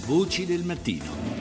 Voci del mattino.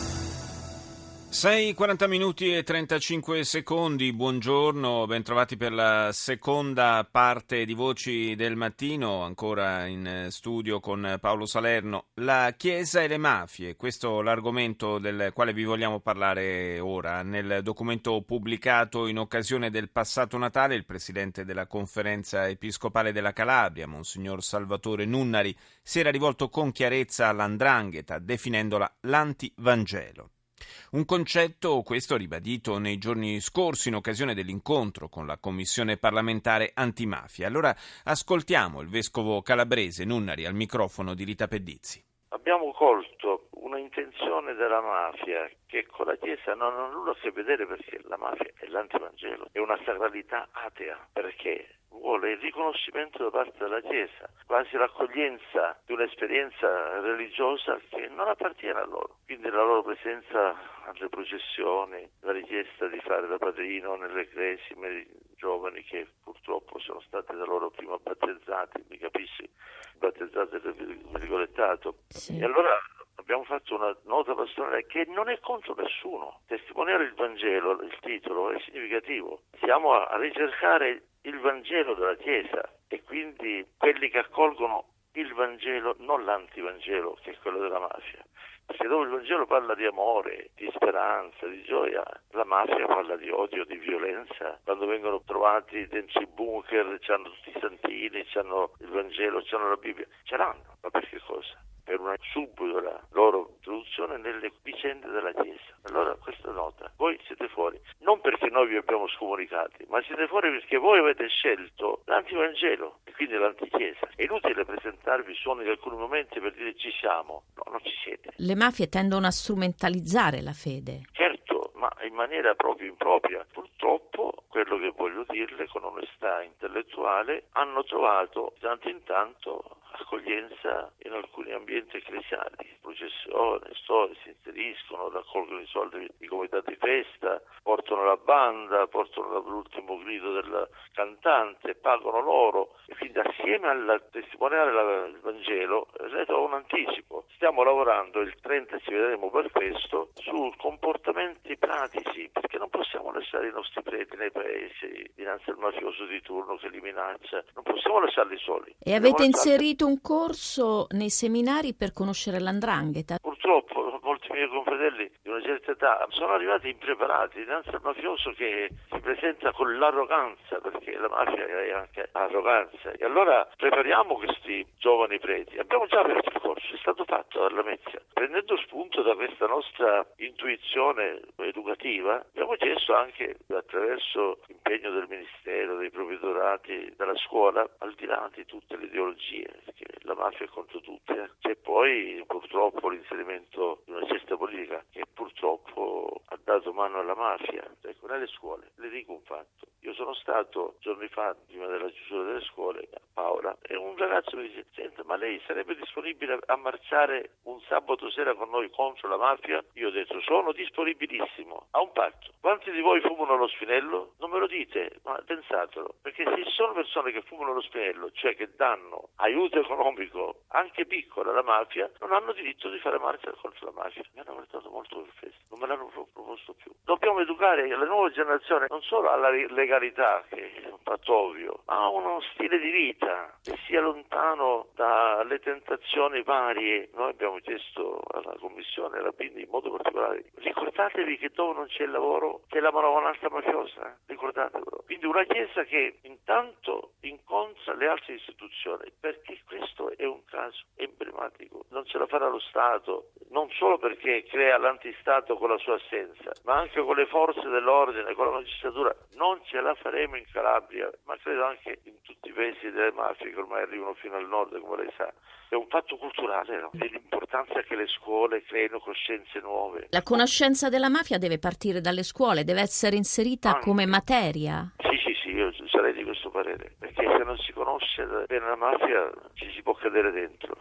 6:40 minuti e 35 secondi, buongiorno, bentrovati per la seconda parte di Voci del Mattino, ancora in studio con Paolo Salerno. La Chiesa e le mafie, questo è l'argomento del quale vi vogliamo parlare ora. Nel documento pubblicato in occasione del passato Natale, il presidente della Conferenza Episcopale della Calabria, Monsignor Salvatore Nunnari, si era rivolto con chiarezza all''ndrangheta, definendola l'antivangelo. Un concetto, questo, ribadito nei giorni scorsi in occasione dell'incontro con la Commissione parlamentare antimafia. Allora ascoltiamo il vescovo calabrese Nunnari al microfono di Rita Pedizzi. Abbiamo colto una intenzione della mafia che con la Chiesa non ha nulla a che vedere, perché la mafia è l'antivangelo, è una sacralità atea, perché vuole il riconoscimento da parte della Chiesa, quasi l'accoglienza di un'esperienza religiosa che non appartiene a loro. Quindi la loro presenza alle processioni, la richiesta di fare da padrino nelle cresime giovani che purtroppo sono state da loro prima battezzati, mi capisci, battezzate per virgolettato. Sì. E allora abbiamo fatto una nota pastorale che non è contro nessuno. Testimoniare il Vangelo, il titolo, è significativo. Siamo a ricercare il Vangelo della Chiesa e quindi quelli che accolgono il Vangelo, non l'antivangelo, che è quello della mafia. Perché dove il Vangelo parla di amore, di speranza, di gioia, la mafia parla di odio, di violenza. Quando vengono trovati dentro i bunker, c'hanno tutti i santini, c'hanno il Vangelo, c'hanno la Bibbia. Ce l'hanno, ma per che cosa? Per una subdola loro introduzione nelle vicende della Chiesa. Allora questa nota, voi siete fuori, non perché noi vi abbiamo scomunicati, ma siete fuori perché voi avete scelto l'antivangelo e quindi l'antichiesa. È inutile presentarvi solo in alcuni momenti per dire ci siamo, no, non ci siete. Le mafie tendono a strumentalizzare la fede. Certo, ma in maniera proprio impropria. Purtroppo, quello che voglio dirle con onestà intellettuale, hanno trovato di tanto in tanto accoglienza in alcuni ambienti ecclesiali, processione, storie, si inseriscono, raccolgono i soldi di comitati di festa, portano la banda, portano l'ultimo grido del cantante, pagano loro e quindi assieme al testimoniare il Vangelo ne trova un anticipo. Stiamo lavorando, il 30 ci vedremo per questo, su comportamenti pratici, perché non possiamo lasciare i nostri preti nei paesi dinanzi al mafioso di turno che li minaccia, non possiamo lasciarli soli. E avete inserito un corso nei seminari per conoscere l''ndrangheta? Purtroppo molti miei confratelli di una certa età sono arrivati impreparati dinanzi al mafioso che si presenta con l'arroganza, perché la mafia è anche arroganza. E allora prepariamo questi giovani preti. Abbiamo già aperto il corso, è stato fatto dalla Lamezia. Prendendo spunto da questa nostra intuizione educativa, abbiamo chiesto anche attraverso l'impegno del Ministero, dei provvedorati, della scuola, al di là di tutte le ideologie, perché la mafia è contro tutte, c'è poi purtroppo l'inserimento di una cesta politica che purtroppo ha dato mano alla mafia. Ecco, nelle scuole, le dico un fatto, io sono stato giorni fa, prima della chiusura delle scuole, a Paola, e un ragazzo mi dice: senta, ma lei sarebbe disponibile a marciare un sabato sera con noi contro la mafia? Io ho detto: sono disponibilissimo, a un patto. Quanti di voi fumano lo spinello? Non me lo dite, ma pensatelo, perché se ci sono persone che fumano lo spinello, cioè che danno aiuto economico anche piccolo alla mafia, non hanno diritto di fare marcia contro la mafia. Mi hanno guardato molto perplesso, non me l'hanno proposto più. Dobbiamo educare la nuova generazione non solo alla legalità, che è un fatto ovvio, ma a uno stile di vita che sia lontano dalle tentazioni varie. Noi abbiamo chiesto alla Commissione, alla Bindi in modo particolare: ricordatevi che dove non c'è il lavoro c'è la manovalanza mafiosa, ricordatevelo. Quindi una Chiesa che intanto incontra le altre istituzioni, perché questo è un caso emblematico. Non ce la farà lo Stato, non solo perché crea l'antistato con la sua assenza, ma anche con le forze dell'ordine, con la magistratura. Non ce la faremo in Calabria, ma credo anche in tutti i paesi delle mafie che ormai arrivano fino al nord, come lei sa. È un fatto culturale, no? E l'importanza che le scuole creino coscienze nuove. La conoscenza della mafia deve partire dalle scuole, deve essere inserita come materia. Sì, io sarei di questo parere, perché se non si conosce bene la mafia ci si può cadere dentro.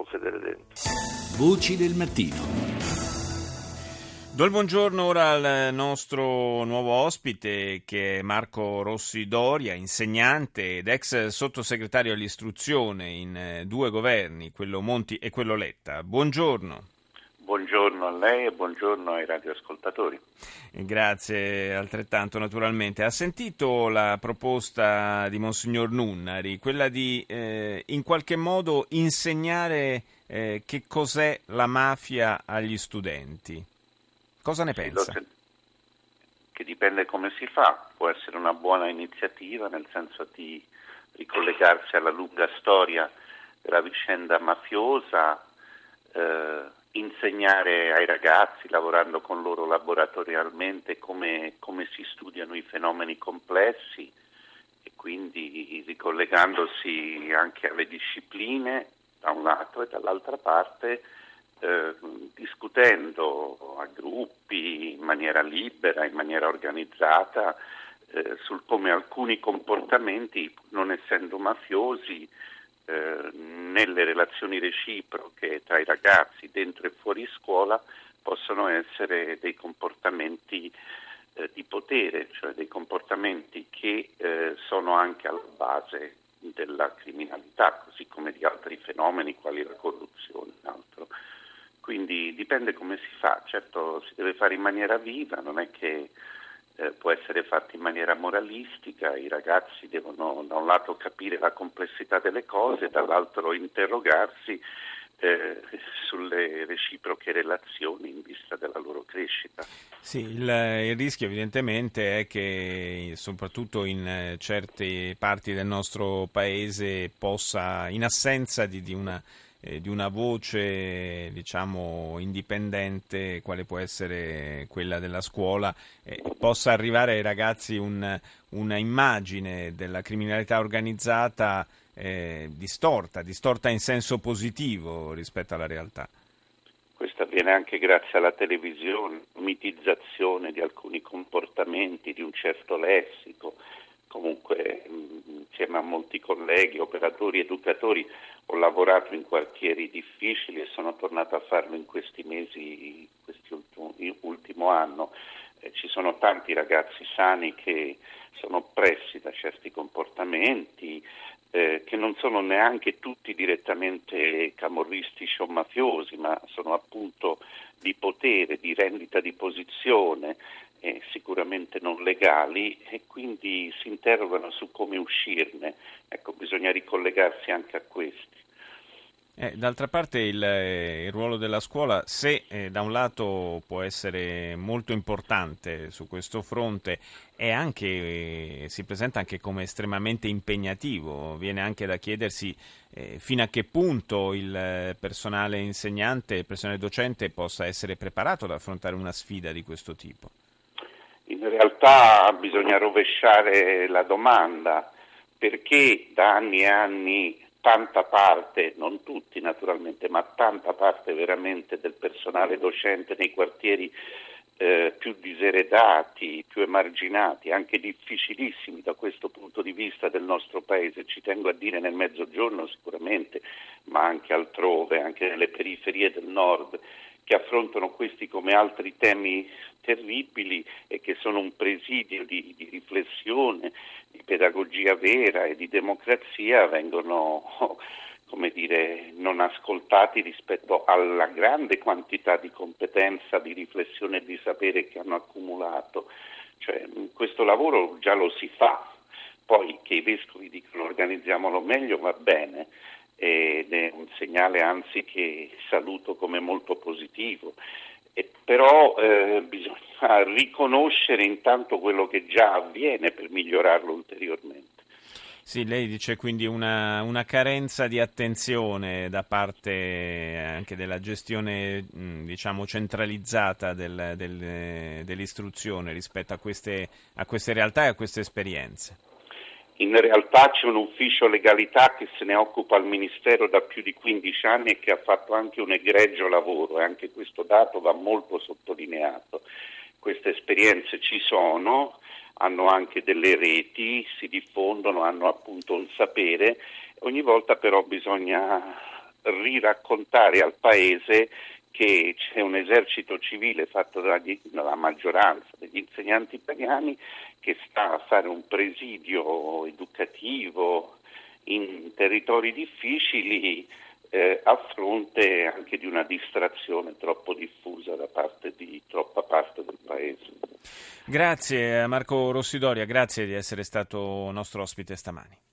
Voci del mattino. Do il buongiorno ora al nostro nuovo ospite, che è Marco Rossi Doria, insegnante ed ex sottosegretario all'istruzione in due governi, quello Monti e quello Letta. Buongiorno. Buongiorno a lei e buongiorno ai radioascoltatori. Grazie altrettanto naturalmente. Ha sentito la proposta di Monsignor Nunnari, quella di in qualche modo insegnare che cos'è la mafia agli studenti? Cosa ne pensa? Che dipende come si fa, può essere una buona iniziativa nel senso di ricollegarsi alla lunga storia della vicenda mafiosa, insegnare ai ragazzi, lavorando con loro laboratorialmente, come si studiano i fenomeni complessi e quindi ricollegandosi anche alle discipline da un lato e dall'altra parte discutendo a gruppi in maniera libera, in maniera organizzata sul come alcuni comportamenti, non essendo mafiosi, nelle relazioni reciproche tra i ragazzi dentro e fuori scuola possono essere dei comportamenti di potere, cioè dei comportamenti che sono anche alla base della criminalità, così come di altri fenomeni quali la corruzione e altro. Quindi dipende come si fa, certo si deve fare in maniera viva, non è che può essere fatto in maniera moralistica, i ragazzi devono da un lato capire la complessità delle cose, dall'altro interrogarsi sulle reciproche relazioni in vista della loro crescita. Sì, il rischio evidentemente è che soprattutto in certe parti del nostro paese possa, in assenza di una voce diciamo indipendente quale può essere quella della scuola, possa arrivare ai ragazzi una immagine della criminalità organizzata distorta in senso positivo rispetto alla realtà. Questo avviene anche grazie alla televisione, mitizzazione di alcuni comportamenti, di un certo lessico. Comunque, insieme a molti colleghi, operatori, educatori, ho lavorato in quartieri difficili e sono tornato a farlo in questi mesi, ultimo anno. Ci sono tanti ragazzi sani che sono oppressi da certi comportamenti, che non sono neanche tutti direttamente camorristici o mafiosi, ma sono appunto di potere, di rendita di posizione, sicuramente non legali, e quindi si interrogano su come uscirne. Ecco, bisogna ricollegarsi anche a questi. D'altra parte il ruolo della scuola, se da un lato può essere molto importante su questo fronte, è anche, si presenta anche come estremamente impegnativo. Viene anche da chiedersi fino a che punto il personale insegnante, il personale docente possa essere preparato ad affrontare una sfida di questo tipo. In realtà bisogna rovesciare la domanda, perché da anni e anni tanta parte, non tutti naturalmente, ma tanta parte veramente del personale docente nei quartieri più diseredati, più emarginati, anche difficilissimi da questo punto di vista del nostro paese, ci tengo a dire nel Mezzogiorno sicuramente, ma anche altrove, anche nelle periferie del nord, che affrontano questi come altri temi terribili e che sono un presidio di riflessione, di pedagogia vera e di democrazia, vengono, come dire, non ascoltati rispetto alla grande quantità di competenza, di riflessione e di sapere che hanno accumulato. Cioè, questo lavoro già lo si fa, poi che i vescovi dicono organizziamolo meglio va bene, ed è un segnale anzi che saluto come molto positivo, però bisogna riconoscere intanto quello che già avviene per migliorarlo ulteriormente. Sì, lei dice quindi una carenza di attenzione da parte anche della gestione diciamo centralizzata dell'istruzione rispetto a queste realtà e a queste esperienze. In realtà c'è un ufficio legalità che se ne occupa al Ministero da più di 15 anni e che ha fatto anche un egregio lavoro, e anche questo dato va molto sottolineato. Queste esperienze ci sono, hanno anche delle reti, si diffondono, hanno appunto un sapere, ogni volta però bisogna riraccontare al Paese che c'è un esercito civile fatto dalla maggioranza degli insegnanti italiani che sta a fare un presidio educativo in territori difficili, a fronte anche di una distrazione troppo diffusa da parte di troppa parte del Paese. Grazie a Marco Rossidoria, grazie di essere stato nostro ospite stamani.